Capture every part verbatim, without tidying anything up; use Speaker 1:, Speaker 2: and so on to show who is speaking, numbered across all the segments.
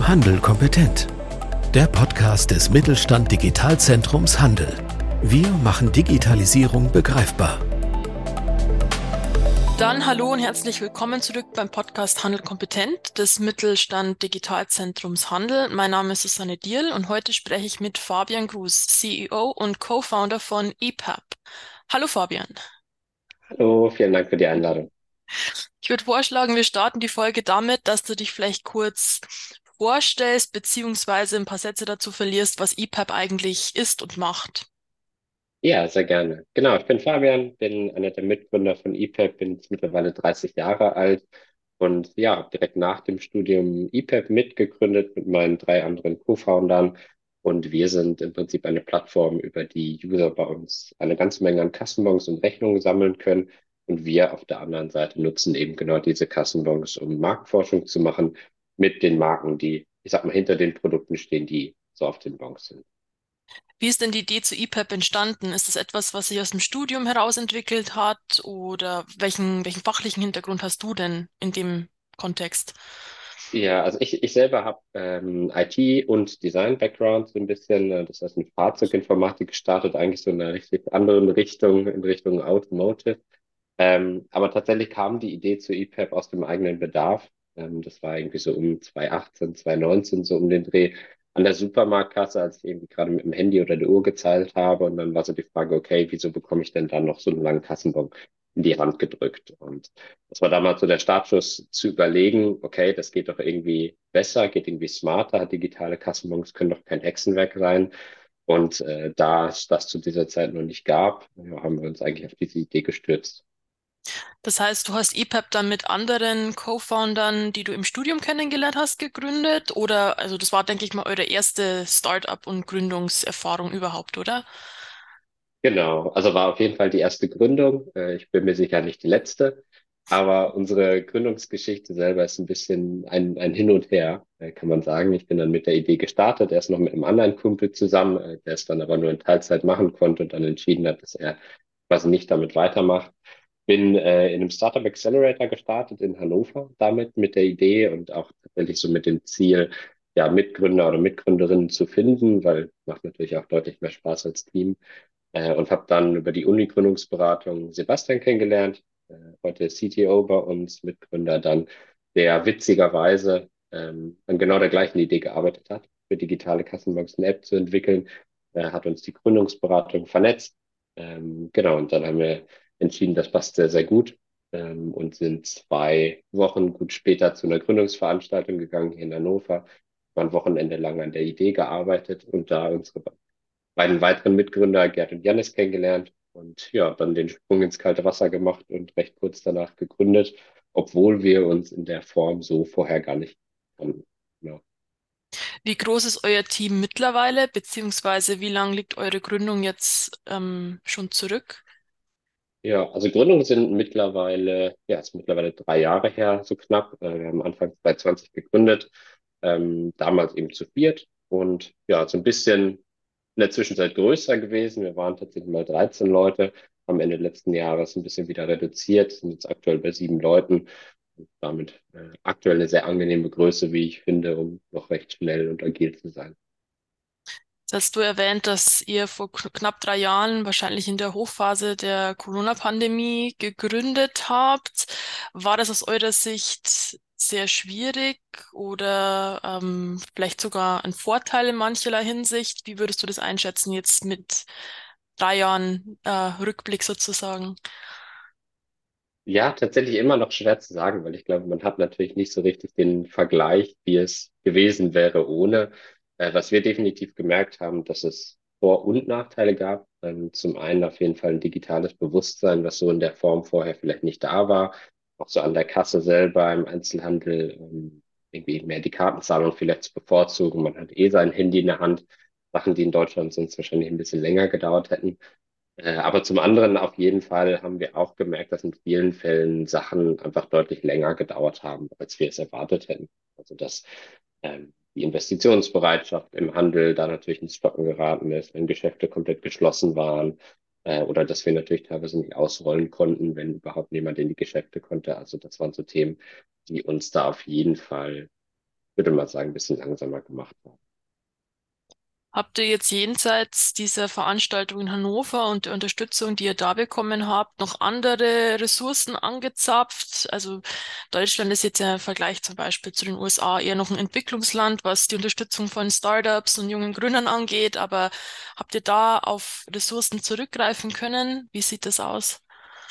Speaker 1: Handel kompetent. Der Podcast des Mittelstand Digitalzentrums Handel. Wir machen Digitalisierung begreifbar.
Speaker 2: Dann hallo und herzlich willkommen zurück beim Podcast Handel kompetent des Mittelstand Digitalzentrums Handel. Mein Name ist Susanne Dierl und heute spreche ich mit Fabian Gruß, C E O und Co-Founder von E P A P. Hallo Fabian.
Speaker 3: Hallo, vielen Dank für die Einladung.
Speaker 2: Ich würde vorschlagen, wir starten die Folge damit, dass du dich vielleicht kurz vorstellst, beziehungsweise ein paar Sätze dazu verlierst, was E P A P eigentlich ist und macht.
Speaker 3: Ja, sehr gerne. Genau, ich bin Fabian, bin einer der Mitgründer von E P A P, bin jetzt mittlerweile dreißig Jahre alt und ja, direkt nach dem Studium E P A P mitgegründet mit meinen drei anderen Co-Foundern. Und wir sind im Prinzip eine Plattform, über die User bei uns eine ganze Menge an Kassenbons und Rechnungen sammeln können. Und wir auf der anderen Seite nutzen eben genau diese Kassenbons, um Marktforschung zu machen mit den Marken, die, ich sag mal, hinter den Produkten stehen, die so auf den Bons sind.
Speaker 2: Wie ist denn die Idee zu E P A P entstanden? Ist das etwas, was sich aus dem Studium heraus entwickelt hat oder welchen, welchen fachlichen Hintergrund hast du denn in dem Kontext?
Speaker 3: Ja, also ich, ich selber habe ähm, I T und Design-Background so ein bisschen. Äh, das heißt, mit Fahrzeuginformatik gestartet, eigentlich so in einer richtig anderen Richtung, in Richtung Automotive. Ähm, aber tatsächlich kam die Idee zu E P A P aus dem eigenen Bedarf. Ähm, das war irgendwie so um zwanzig achtzehn, zwanzig neunzehn, so um den Dreh an der Supermarktkasse, als ich irgendwie gerade mit dem Handy oder der Uhr gezahlt habe. Und dann war so die Frage, okay, wieso bekomme ich denn dann noch so einen langen Kassenbon in die Hand gedrückt? Und das war damals so der Startschuss zu überlegen, okay, das geht doch irgendwie besser, geht irgendwie smarter, digitale Kassenbons können doch kein Hexenwerk sein. Und äh, da es das zu dieser Zeit noch nicht gab, ja, haben wir uns eigentlich auf diese Idee gestürzt.
Speaker 2: Das heißt, du hast E P A P dann mit anderen Co-Foundern, die du im Studium kennengelernt hast, gegründet? Oder, also das war, denke ich mal, eure erste Start-up- und Gründungserfahrung überhaupt, oder?
Speaker 3: Genau, also war auf jeden Fall die erste Gründung. Äh, Ich bin mir sicher nicht die letzte, aber unsere Gründungsgeschichte selber ist ein bisschen ein, ein Hin und Her, äh, kann man sagen. Ich bin dann mit der Idee gestartet, erst noch mit einem anderen Kumpel zusammen, äh, der es dann aber nur in Teilzeit machen konnte und dann entschieden hat, dass er quasi nicht damit weitermacht. Bin äh, in einem Startup Accelerator gestartet in Hannover damit mit der Idee und auch tatsächlich so mit dem Ziel, ja, Mitgründer oder Mitgründerinnen zu finden, weil macht natürlich auch deutlich mehr Spaß als Team. Äh, und habe dann über die Uni-Gründungsberatung Sebastian kennengelernt, äh, heute C T O bei uns, Mitgründer dann, der witzigerweise ähm, an genau der gleichen Idee gearbeitet hat, für digitale Kassenbox eine App zu entwickeln. Er hat uns die Gründungsberatung vernetzt. Ähm, genau, und dann haben wir entschieden, das passt sehr, sehr gut. Ähm, und sind zwei Wochen gut später zu einer Gründungsveranstaltung gegangen hier in Hannover, waren Wochenende lang an der Idee gearbeitet und da unsere beiden weiteren Mitgründer, Gerd und Jannis, kennengelernt und ja, dann den Sprung ins kalte Wasser gemacht und recht kurz danach gegründet, obwohl wir uns in der Form so vorher gar nicht kannten. Genau.
Speaker 2: Wie groß ist euer Team mittlerweile, beziehungsweise wie lang liegt eure Gründung jetzt ähm, schon zurück?
Speaker 3: Ja, also Gründungen sind mittlerweile, ja, ist mittlerweile drei Jahre her, so knapp. Äh, Wir haben Anfang zwanzig zwanzig gegründet, ähm, damals eben zu viert und ja, so ein bisschen in der Zwischenzeit größer gewesen. Wir waren tatsächlich mal dreizehn Leute, am Ende letzten Jahres ein bisschen wieder reduziert, sind jetzt aktuell bei sieben Leuten und damit äh, aktuell eine sehr angenehme Größe, wie ich finde, um noch recht schnell und agil zu sein.
Speaker 2: Jetzt hast du erwähnt, dass ihr vor kn- knapp drei Jahren, wahrscheinlich in der Hochphase der Corona-Pandemie, gegründet habt. War das aus eurer Sicht sehr schwierig oder ähm, vielleicht sogar ein Vorteil in mancherlei Hinsicht? Wie würdest du das einschätzen jetzt mit drei Jahren äh, Rückblick sozusagen?
Speaker 3: Ja, tatsächlich immer noch schwer zu sagen, weil ich glaube, man hat natürlich nicht so richtig den Vergleich, wie es gewesen wäre ohne. Äh, was wir definitiv gemerkt haben, dass es Vor- und Nachteile gab. Ähm, zum einen auf jeden Fall ein digitales Bewusstsein, was so in der Form vorher vielleicht nicht da war. Auch so an der Kasse selber im Einzelhandel, ähm, irgendwie mehr die Kartenzahlung vielleicht zu bevorzugen. Man hat eh sein Handy in der Hand. Sachen, die in Deutschland sonst wahrscheinlich ein bisschen länger gedauert hätten. Äh, aber zum anderen auf jeden Fall haben wir auch gemerkt, dass in vielen Fällen Sachen einfach deutlich länger gedauert haben, als wir es erwartet hätten. Also dass ähm, die Investitionsbereitschaft im Handel da natürlich ins Stocken geraten ist, wenn Geschäfte komplett geschlossen waren, äh, oder dass wir natürlich teilweise nicht ausrollen konnten, wenn überhaupt niemand in die Geschäfte konnte. Also das waren so Themen, die uns da auf jeden Fall würde mal sagen, ein bisschen langsamer gemacht haben.
Speaker 2: Habt ihr jetzt jenseits dieser Veranstaltung in Hannover und der Unterstützung, die ihr da bekommen habt, noch andere Ressourcen angezapft? Also Deutschland ist jetzt ja im Vergleich zum Beispiel zu den U S A eher noch ein Entwicklungsland, was die Unterstützung von Startups und jungen Gründern angeht. Aber habt ihr da auf Ressourcen zurückgreifen können? Wie sieht das aus?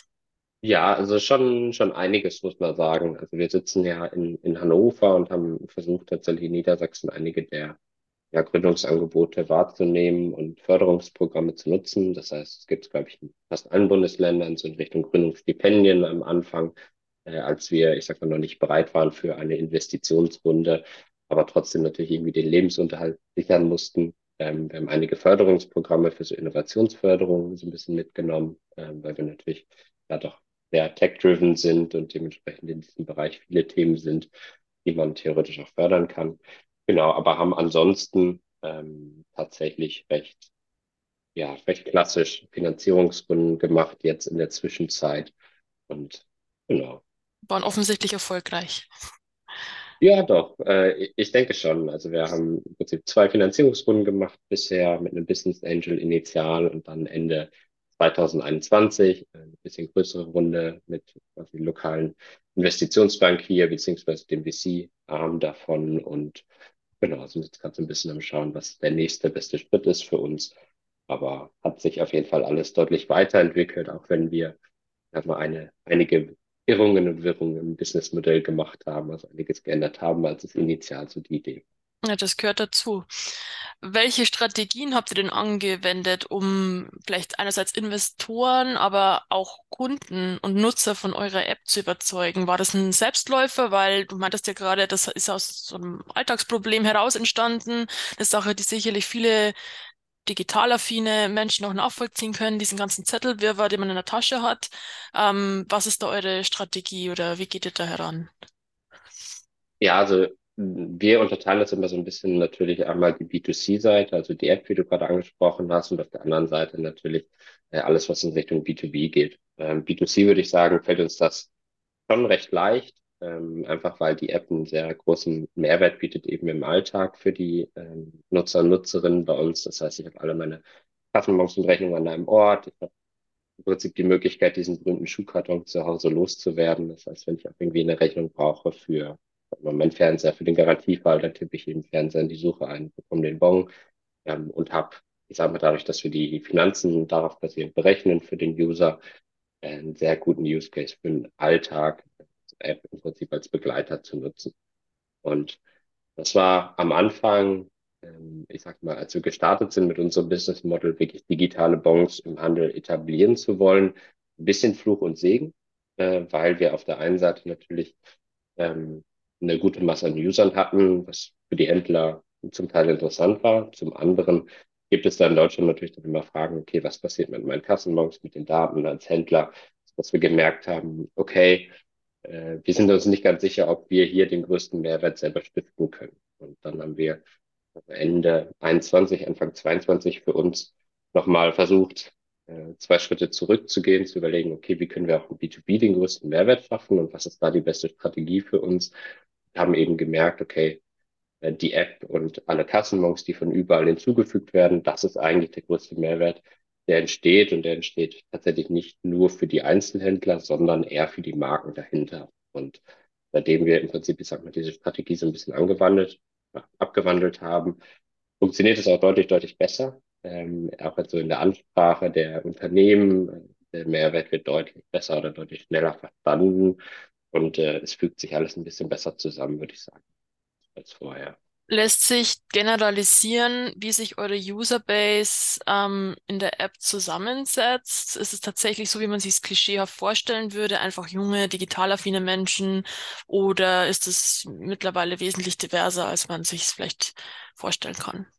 Speaker 3: Ja, also schon, schon einiges, muss man sagen. Also wir sitzen ja in, in Hannover und haben versucht, tatsächlich in Niedersachsen einige der ja, Gründungsangebote wahrzunehmen und Förderungsprogramme zu nutzen. Das heißt, es gibt, glaube ich, in fast allen Bundesländern so in Richtung Gründungsstipendien am Anfang, äh, als wir, ich sag mal, noch nicht bereit waren für eine Investitionsrunde, aber trotzdem natürlich irgendwie den Lebensunterhalt sichern mussten. Ähm, wir haben einige Förderungsprogramme für so Innovationsförderung so ein bisschen mitgenommen, ähm, weil wir natürlich ja doch sehr tech-driven sind und dementsprechend in diesem Bereich viele Themen sind, die man theoretisch auch fördern kann. Genau, aber haben ansonsten ähm, tatsächlich recht, ja, recht klassisch Finanzierungsrunden gemacht jetzt in der Zwischenzeit. Und genau.
Speaker 2: Waren offensichtlich erfolgreich.
Speaker 3: Ja, doch, äh, ich denke schon. Also wir haben im Prinzip zwei Finanzierungsrunden gemacht bisher mit einem Business Angel initial und dann Ende zwanzig einundzwanzig eine bisschen größere Runde mit quasi lokalen Investitionsbank hier beziehungsweise dem V C-Arm davon und genau, sind jetzt gerade so ein bisschen am Schauen, was der nächste beste Schritt ist für uns. Aber hat sich auf jeden Fall alles deutlich weiterentwickelt, auch wenn wir sag mal, eine, einige Irrungen und Wirrungen im Businessmodell gemacht haben, also einiges geändert haben, als es initial so die Idee war.
Speaker 2: Ja, das gehört dazu. Welche Strategien habt ihr denn angewendet, um vielleicht einerseits Investoren, aber auch Kunden und Nutzer von eurer App zu überzeugen? War das ein Selbstläufer? Weil du meintest ja gerade, das ist aus so einem Alltagsproblem heraus entstanden. Eine Sache, die sicherlich viele digital affine Menschen auch nachvollziehen können, diesen ganzen Zettelwirrwarr, den man in der Tasche hat. Ähm, was ist da eure Strategie oder wie geht ihr da heran?
Speaker 3: Ja, also mh, wir unterteilen das immer so ein bisschen natürlich einmal die B zwei C-Seite, also die App, wie du gerade angesprochen hast, und auf der anderen Seite natürlich äh, alles, was in Richtung B zwei B geht. Ähm, B zwei C würde ich sagen, fällt uns das schon recht leicht, ähm, einfach weil die App einen sehr großen Mehrwert bietet, eben im Alltag für die ähm, Nutzer und Nutzerinnen bei uns. Das heißt, ich habe alle meine Kassenbons und Rechnungen an einem Ort. Ich habe im Prinzip die Möglichkeit, diesen berühmten Schuhkarton zu Hause loszuwerden. Das heißt, wenn ich auch irgendwie eine Rechnung brauche für sagen wir mal, meinen Fernseher, für den Garantiefall, dann tippe ich eben Fernseher in die Suche ein, bekomme den Bon ähm, und habe, ich sage mal, dadurch, dass wir die Finanzen darauf basierend berechnen für den User, einen sehr guten Use Case für den Alltag, App im Prinzip als Begleiter zu nutzen. Und das war am Anfang, ähm, ich sag mal, als wir gestartet sind mit unserem Business Model, wirklich digitale Bons im Handel etablieren zu wollen, ein bisschen Fluch und Segen, äh, weil wir auf der einen Seite natürlich ähm, eine gute Masse an Usern hatten, was für die Händler zum Teil interessant war. Zum anderen gibt es da in Deutschland natürlich dann immer Fragen, okay, was passiert mit meinen Kassenbons, mit den Daten als Händler, dass wir gemerkt haben, okay, äh, wir sind uns nicht ganz sicher, ob wir hier den größten Mehrwert selber stiften können. Und dann haben wir Ende einundzwanzig, Anfang zweiundzwanzig für uns nochmal versucht, äh, zwei Schritte zurückzugehen, zu überlegen, okay, wie können wir auch im B zwei B den größten Mehrwert schaffen und was ist da die beste Strategie für uns? Wir haben eben gemerkt, okay, äh, die App und alle Kassenbons, die von überall hinzugefügt werden, das ist eigentlich der größte Mehrwert, der entsteht und der entsteht tatsächlich nicht nur für die Einzelhändler, sondern eher für die Marken dahinter. Und seitdem wir im Prinzip, ich sag mal, diese Strategie so ein bisschen angewandelt, äh, abgewandelt haben, funktioniert es auch deutlich, deutlich besser. Ähm, auch jetzt so in der Ansprache der Unternehmen, äh, der Mehrwert wird deutlich besser oder deutlich schneller verstanden und äh, es fügt sich alles ein bisschen besser zusammen, würde ich sagen, als vorher.
Speaker 2: Lässt sich generalisieren, wie sich eure Userbase ähm, in der App zusammensetzt? Ist es tatsächlich so, wie man sich es klischeehaft vorstellen würde, einfach junge, digital affine Menschen, oder ist es mittlerweile wesentlich diverser, als man sich es vielleicht vorstellen kann?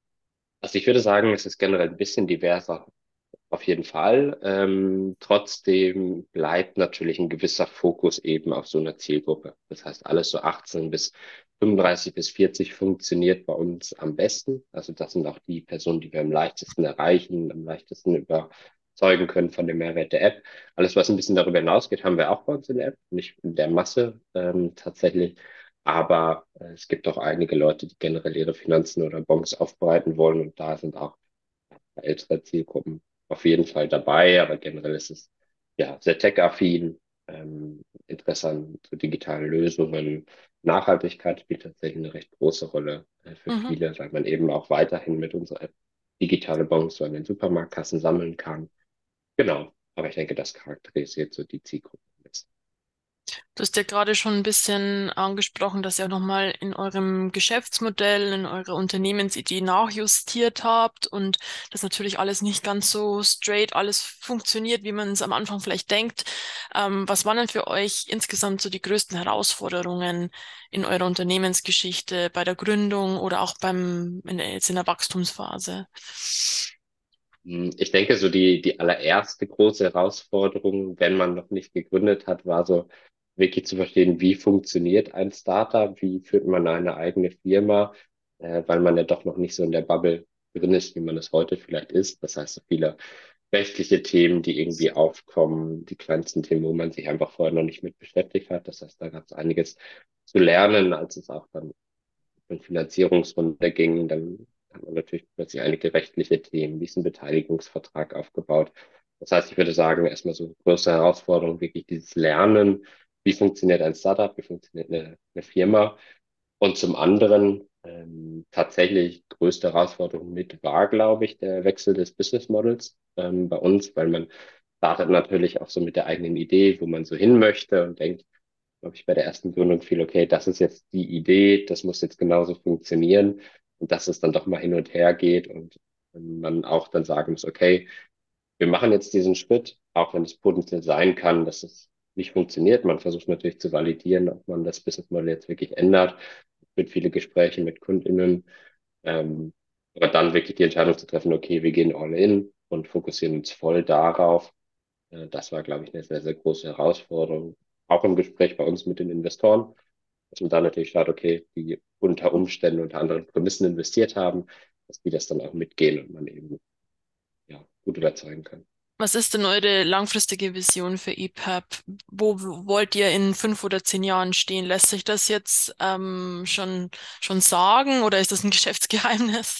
Speaker 3: Also ich würde sagen, es ist generell ein bisschen diverser. Auf jeden Fall. Ähm, trotzdem bleibt natürlich ein gewisser Fokus eben auf so einer Zielgruppe. Das heißt, alles so achtzehn bis fünfunddreißig bis vierzig funktioniert bei uns am besten. Also das sind auch die Personen, die wir am leichtesten erreichen, am leichtesten überzeugen können von dem Mehrwert der App. Alles, was ein bisschen darüber hinausgeht, haben wir auch bei uns in der App, nicht in der Masse ähm, tatsächlich. Aber äh, es gibt auch einige Leute, die generell ihre Finanzen oder Bonds aufbereiten wollen und da sind auch ältere Zielgruppen auf jeden Fall dabei, aber generell ist es ja sehr tech-affin, ähm, Interesse an so digitalen Lösungen. Nachhaltigkeit spielt tatsächlich eine recht große Rolle äh, für
Speaker 2: Mhm.
Speaker 3: viele, weil man eben auch weiterhin mit unserer App digitale Bons so an den Supermarktkassen sammeln kann. Genau, aber ich denke, das charakterisiert so die Zielgruppe.
Speaker 2: Du hast ja gerade schon ein bisschen angesprochen, dass ihr auch nochmal in eurem Geschäftsmodell, in eurer Unternehmensidee nachjustiert habt und das natürlich alles nicht ganz so straight alles funktioniert, wie man es am Anfang vielleicht denkt. Ähm, was waren denn für euch insgesamt so die größten Herausforderungen in eurer Unternehmensgeschichte, bei der Gründung oder auch beim, in der, jetzt in der Wachstumsphase?
Speaker 3: Hm, Ich denke, so die, die allererste große Herausforderung, wenn man noch nicht gegründet hat, war so wirklich zu verstehen, wie funktioniert ein Startup, wie führt man eine eigene Firma, äh, weil man ja doch noch nicht so in der Bubble drin ist, wie man es heute vielleicht ist. Das heißt, so viele rechtliche Themen, die irgendwie aufkommen, die kleinsten Themen, wo man sich einfach vorher noch nicht mit beschäftigt hat. Das heißt, da gab es einiges zu lernen, als es auch dann in Finanzierungsrunde ging. Dann hat man natürlich plötzlich einige rechtliche Themen. Wie ist ein Beteiligungsvertrag aufgebaut? Das heißt, ich würde sagen, erstmal so eine größere Herausforderung, wirklich dieses Lernen. Wie funktioniert ein Startup? Wie funktioniert eine, eine Firma? Und zum anderen, ähm, tatsächlich größte Herausforderung mit war, glaube ich, der Wechsel des Business Models, ähm, bei uns, weil man startet natürlich auch so mit der eigenen Idee, wo man so hin möchte und denkt, glaube ich, bei der ersten Gründung viel, okay, das ist jetzt die Idee, das muss jetzt genauso funktionieren und dass es dann doch mal hin und her geht und man auch dann sagen muss, okay, wir machen jetzt diesen Schritt, auch wenn es potenziell sein kann, dass es nicht funktioniert. Man versucht natürlich zu validieren, ob man das Businessmodell jetzt wirklich ändert. Es wird viele Gespräche mit KundInnen, ähm, aber dann wirklich die Entscheidung zu treffen, okay, wir gehen all in und fokussieren uns voll darauf. Äh, das war, glaube ich, eine sehr, sehr große Herausforderung. Auch im Gespräch bei uns mit den Investoren, dass man da natürlich schaut, okay, die unter Umständen, unter anderen Prämissen investiert haben, dass die das dann auch mitgehen und man eben ja, gut überzeugen kann.
Speaker 2: Was ist denn eure langfristige Vision für E P A P? Wo w- wollt ihr in fünf oder zehn Jahren stehen? Lässt sich das jetzt ähm, schon, schon sagen oder ist das ein Geschäftsgeheimnis?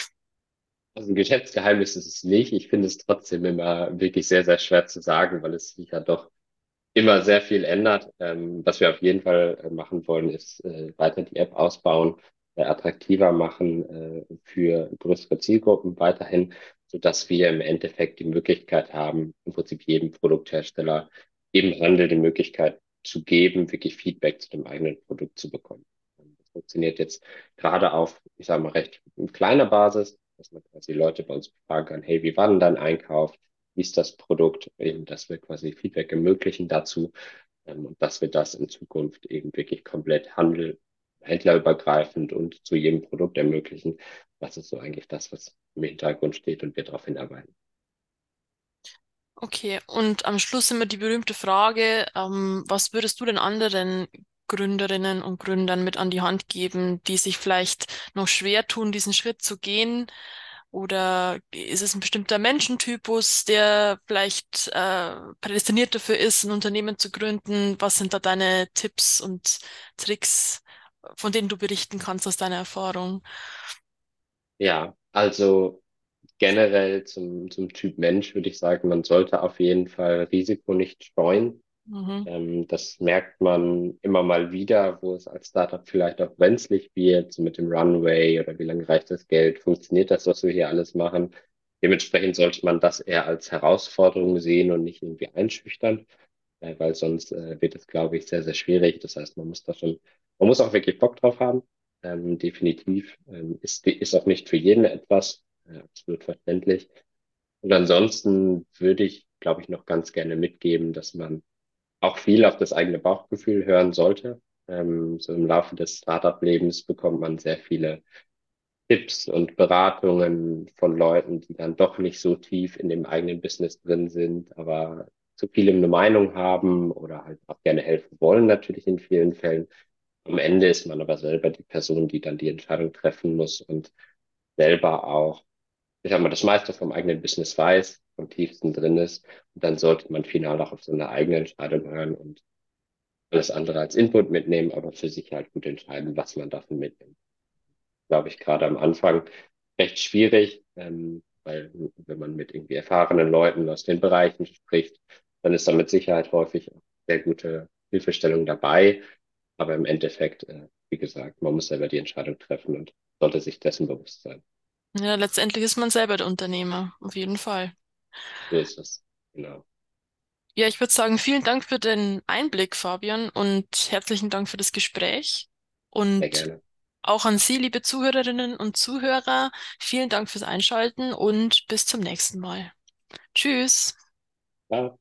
Speaker 3: Also ein Geschäftsgeheimnis ist es nicht. Ich finde es trotzdem immer wirklich sehr, sehr schwer zu sagen, weil es sich ja doch immer sehr viel ändert. Ähm, was wir auf jeden Fall äh, machen wollen, ist äh, weiter die App ausbauen, äh, attraktiver machen äh, für größere Zielgruppen weiterhin, sodass wir im Endeffekt die Möglichkeit haben, im Prinzip jedem Produkthersteller im Handel die Möglichkeit zu geben, wirklich Feedback zu dem eigenen Produkt zu bekommen. Ähm, Das funktioniert jetzt gerade auf, ich sage mal, recht kleiner Basis, dass man quasi Leute bei uns fragen kann, hey, wie war denn dein Einkauf? Wie ist das Produkt, eben, dass wir quasi Feedback ermöglichen dazu, ähm, und dass wir das in Zukunft eben wirklich komplett Handel, händlerübergreifend und zu jedem Produkt ermöglichen. Das ist so eigentlich das, was im Hintergrund steht und wir darauf hinarbeiten.
Speaker 2: Okay, und am Schluss immer die berühmte Frage, ähm, was würdest du den anderen Gründerinnen und Gründern mit an die Hand geben, die sich vielleicht noch schwer tun, diesen Schritt zu gehen? Oder ist es ein bestimmter Menschentypus, der vielleicht äh, prädestiniert dafür ist, ein Unternehmen zu gründen? Was sind da deine Tipps und Tricks, von denen du berichten kannst aus deiner Erfahrung?
Speaker 3: Ja, also generell zum, zum Typ Mensch würde ich sagen, man sollte auf jeden Fall Risiko nicht scheuen.
Speaker 2: Mhm.
Speaker 3: Ähm, das merkt man immer mal wieder, wo es als Startup vielleicht auch brenzlig wird, so mit dem Runway oder wie lange reicht das Geld, funktioniert das, was wir hier alles machen. Dementsprechend sollte man das eher als Herausforderung sehen und nicht irgendwie einschüchtern, äh, weil sonst äh, wird es, glaube ich, sehr, sehr schwierig. Das heißt, man muss da schon, man muss auch wirklich Bock drauf haben. Ähm, definitiv. Ähm, ist, ist auch nicht für jeden etwas, äh, absolut verständlich. Und ansonsten würde ich, glaube ich, noch ganz gerne mitgeben, dass man auch viel auf das eigene Bauchgefühl hören sollte. Ähm, so im Laufe des Startup-Lebens bekommt man sehr viele Tipps und Beratungen von Leuten, die dann doch nicht so tief in dem eigenen Business drin sind, aber zu vielem eine Meinung haben oder halt auch gerne helfen wollen, natürlich in vielen Fällen. Am Ende ist man aber selber die Person, die dann die Entscheidung treffen muss und selber auch, ich sag mal, das meiste vom eigenen Business weiß, am tiefsten drin ist. Und dann sollte man final auch auf seine eigene Entscheidung hören und alles andere als Input mitnehmen, aber für sich halt gut entscheiden, was man davon mitnimmt. Glaube ich, gerade am Anfang recht schwierig, ähm, weil wenn man mit irgendwie erfahrenen Leuten aus den Bereichen spricht, dann ist da mit Sicherheit häufig auch sehr gute Hilfestellung dabei. Aber im Endeffekt, äh, wie gesagt, man muss selber die Entscheidung treffen und sollte sich dessen bewusst sein.
Speaker 2: Ja, letztendlich ist man selber der Unternehmer, auf jeden Fall.
Speaker 3: So ist es. Genau.
Speaker 2: Ja, ich würde sagen, vielen Dank für den Einblick, Fabian, und herzlichen Dank für das Gespräch.
Speaker 3: Sehr
Speaker 2: Und
Speaker 3: gerne.
Speaker 2: auch an Sie, liebe Zuhörerinnen und Zuhörer, vielen Dank fürs Einschalten und bis zum nächsten Mal. Tschüss.
Speaker 3: Ja,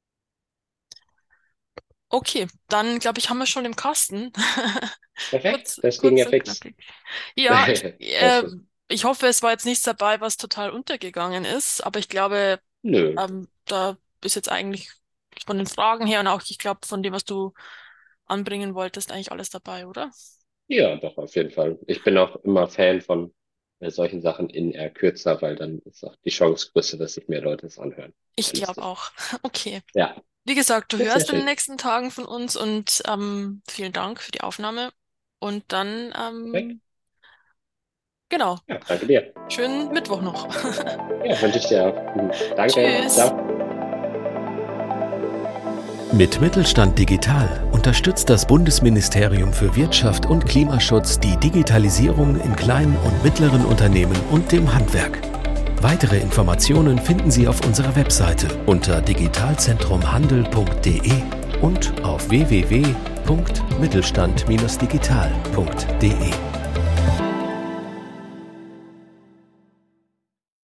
Speaker 2: Okay, dann glaube ich, haben wir schon im Kasten.
Speaker 3: perfekt.
Speaker 2: Kurz,
Speaker 3: Das ging
Speaker 2: kurz
Speaker 3: ja
Speaker 2: und
Speaker 3: fix.
Speaker 2: knackig. Ja, ich,
Speaker 3: Sehr
Speaker 2: äh,
Speaker 3: schön.
Speaker 2: ich hoffe, es war jetzt nichts dabei, was total untergegangen ist, aber ich glaube,
Speaker 3: Nö.
Speaker 2: ähm, da ist jetzt eigentlich von den Fragen her und auch, ich glaube, von dem, was du anbringen wolltest, eigentlich alles dabei, oder?
Speaker 3: Ja, doch, auf jeden Fall. Ich bin auch immer Fan von äh, solchen Sachen in eher kürzer, weil dann ist auch die Chance größer, dass sich mehr Leute es anhören.
Speaker 2: Ich glaube
Speaker 3: Realistisch.
Speaker 2: auch. Okay.
Speaker 3: Ja,
Speaker 2: Wie gesagt, du
Speaker 3: ja, sehr
Speaker 2: hörst in den
Speaker 3: schön.
Speaker 2: nächsten Tagen von uns und ähm, vielen Dank für die Aufnahme. Und dann,
Speaker 3: Perfekt.
Speaker 2: ähm, genau,
Speaker 3: Ja, danke dir.
Speaker 2: schönen Mittwoch noch.
Speaker 3: Ja, wünsche ich dir auch. Mhm. Danke.
Speaker 2: Tschüss.
Speaker 3: Ciao.
Speaker 1: Mit Mittelstand Digital unterstützt das Bundesministerium für Wirtschaft und Klimaschutz die Digitalisierung in kleinen und mittleren Unternehmen und dem Handwerk. Weitere Informationen finden Sie auf unserer Webseite unter digitalzentrum handel punkt de und auf w w w punkt mittelstand digital punkt de.